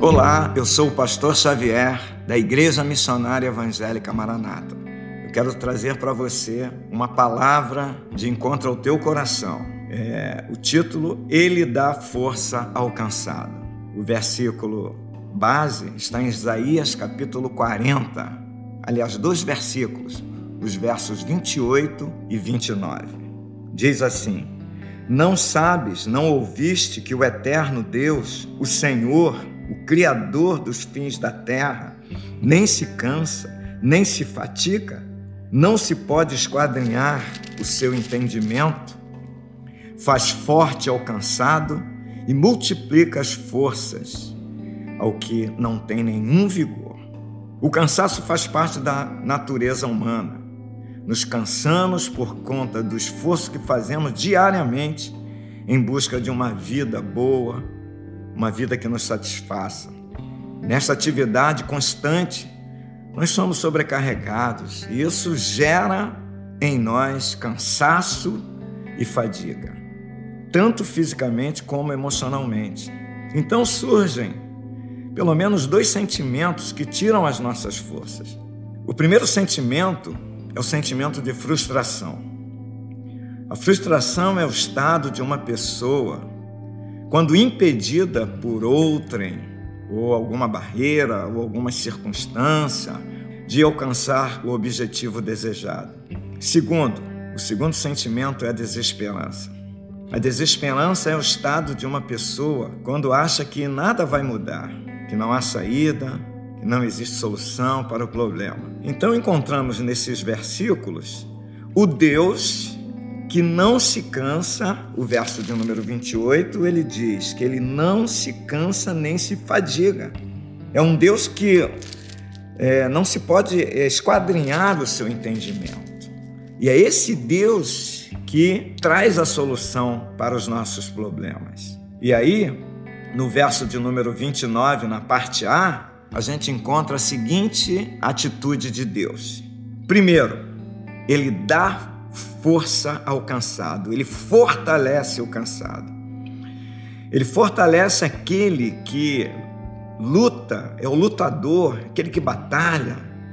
Olá, eu sou o pastor Xavier, da Igreja Missionária Evangélica Maranata. Eu quero trazer para você uma palavra de encontro ao teu coração. O título, Ele dá força ao cansado. O versículo base está em Isaías capítulo 40. Aliás, 2 versículos, os versos 28 e 29. Diz assim: Não sabes, não ouviste que o eterno Deus, o Senhor, o Criador dos fins da terra, nem se cansa, nem se fatiga, não se pode esquadrinhar o seu entendimento, faz forte ao cansado e multiplica as forças ao que não tem nenhum vigor. O cansaço faz parte da natureza humana. Nos cansamos por conta do esforço que fazemos diariamente em busca de uma vida boa, uma vida que nos satisfaça. Nessa atividade constante, nós somos sobrecarregados e isso gera em nós cansaço e fadiga, tanto fisicamente como emocionalmente. Então surgem pelo menos 2 sentimentos que tiram as nossas forças. O primeiro sentimento é o sentimento de frustração. A frustração é o estado de uma pessoa quando impedida por outrem, ou alguma barreira, ou alguma circunstância, de alcançar o objetivo desejado. O segundo sentimento é a desesperança. A desesperança é o estado de uma pessoa quando acha que nada vai mudar, que não há saída, que não existe solução para o problema. Então encontramos nesses versículos o Deus que não se cansa. O verso de número 28, ele diz que ele não se cansa nem se fadiga. É um Deus que não se pode esquadrinhar o seu entendimento. E é esse Deus que traz a solução para os nossos problemas. E aí, no verso de número 29, na parte A, a gente encontra a seguinte atitude de Deus. Primeiro, ele dá força ao cansado, ele fortalece o cansado. Ele fortalece aquele que luta, é o lutador, aquele que batalha,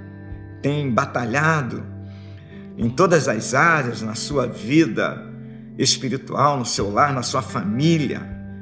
tem batalhado em todas as áreas, na sua vida espiritual, no seu lar, na sua família,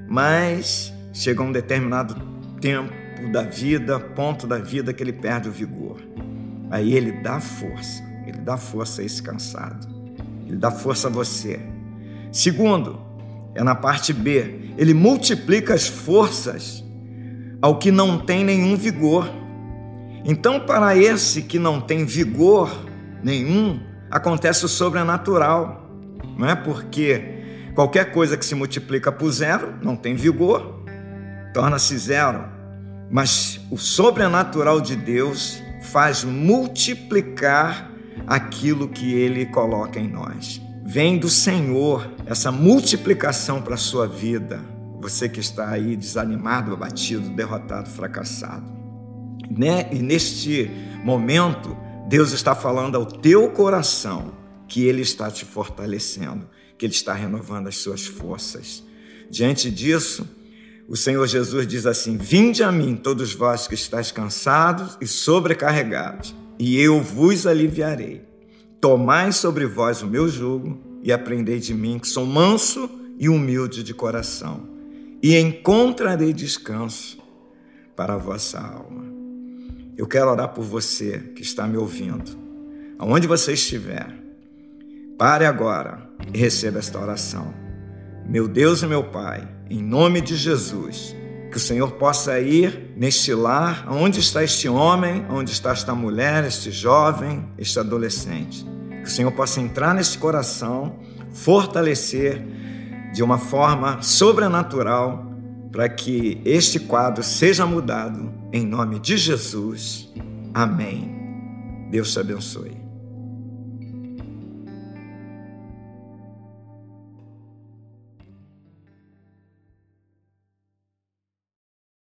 mas chega um determinado tempo da vida, ponto da vida que ele perde o vigor. Aí ele dá força a esse cansado. Ele dá força a você. Segundo, é na parte B, ele multiplica as forças ao que não tem nenhum vigor. Então, para esse que não tem vigor nenhum, acontece o sobrenatural, não é? Porque qualquer coisa que se multiplica por 0 não tem vigor, torna-se 0. Mas o sobrenatural de Deus faz multiplicar aquilo que Ele coloca em nós. Vem do Senhor essa multiplicação para a sua vida. Você que está aí desanimado, abatido, derrotado, fracassado. E neste momento, Deus está falando ao teu coração que Ele está te fortalecendo, que Ele está renovando as suas forças. Diante disso, o Senhor Jesus diz assim: Vinde a mim, todos vós que estáis cansados e sobrecarregados, e eu vos aliviarei. Tomai sobre vós o meu jugo e aprendei de mim, que sou manso e humilde de coração, e encontrarei descanso para a vossa alma. Eu quero orar por você que está me ouvindo. Aonde você estiver, pare agora e receba esta oração. Meu Deus e meu Pai, em nome de Jesus, que o Senhor possa ir neste lar, onde está este homem, onde está esta mulher, este jovem, este adolescente. Que o Senhor possa entrar neste coração, fortalecer de uma forma sobrenatural, para que este quadro seja mudado, em nome de Jesus. Amém. Deus te abençoe.